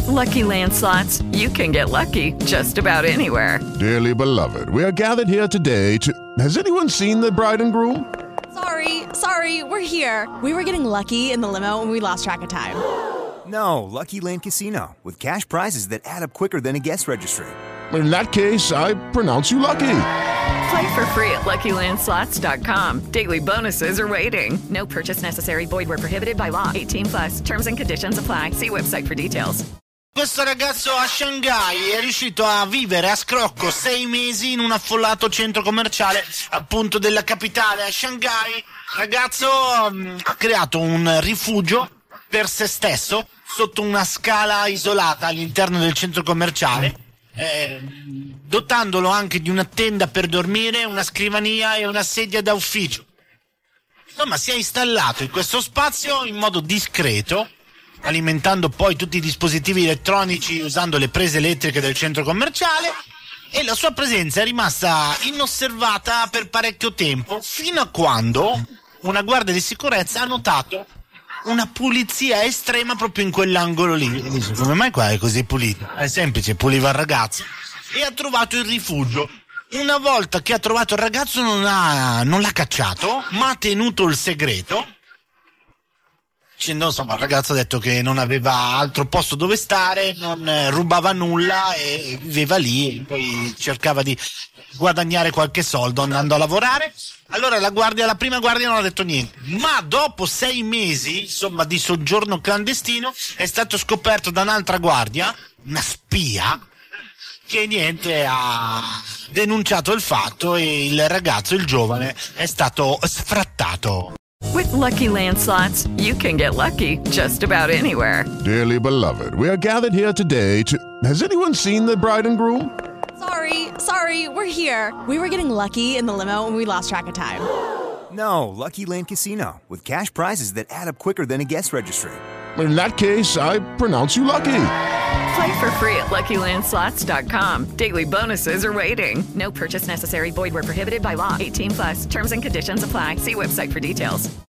Lucky Land Slots, you can get lucky just about anywhere. Dearly beloved, we are gathered here today to... Has anyone seen the bride and groom? Sorry, we're here. We were getting lucky in the limo and we lost track of time. No, Lucky Land Casino, with cash prizes that add up quicker than a guest registry. In that case, I pronounce you lucky. Play for free at LuckyLandSlots.com. Daily bonuses are waiting. No purchase necessary. Void where prohibited by law. 18+. Terms and conditions apply. See website for details. Questo ragazzo a Shanghai è riuscito a vivere a scrocco 6 mesi in un affollato centro commerciale appunto della capitale, a Shanghai. Il ragazzo ha creato un rifugio per se stesso sotto una scala isolata all'interno del centro commerciale, dotandolo anche di una tenda per dormire, una scrivania e una sedia da ufficio. Insomma, si è installato in questo spazio in modo discreto, alimentando poi tutti i dispositivi elettronici usando le prese elettriche del centro commerciale, e la sua presenza è rimasta inosservata per parecchio tempo, fino a quando una guardia di sicurezza ha notato una pulizia estrema proprio in quell'angolo lì. E dice: come mai qua è così pulito? È semplice, puliva il ragazzo e ha trovato il rifugio. Una volta che ha trovato il ragazzo non l'ha cacciato, ma ha tenuto il segreto, dicendo, insomma, il ragazzo ha detto che non aveva altro posto dove stare, non rubava nulla e viveva lì, e poi cercava di guadagnare qualche soldo andando a lavorare. Allora la prima guardia non ha detto niente, ma dopo 6 mesi, insomma, di soggiorno clandestino, è stato scoperto da un'altra guardia, una spia, che niente, ha denunciato il fatto e il ragazzo, il giovane, è stato sfrattato. With Lucky Land Slots, you can get lucky just about anywhere. Dearly beloved, we are gathered here today to... Has anyone seen the bride and groom? Sorry, we're here. We were getting lucky in the limo and we lost track of time. No, Lucky Land Casino, with cash prizes that add up quicker than a guest registry. In that case, I pronounce you lucky. Play for free at LuckyLandSlots.com. Daily bonuses are waiting. No purchase necessary. Void where prohibited by law. 18+. Terms and conditions apply. See website for details.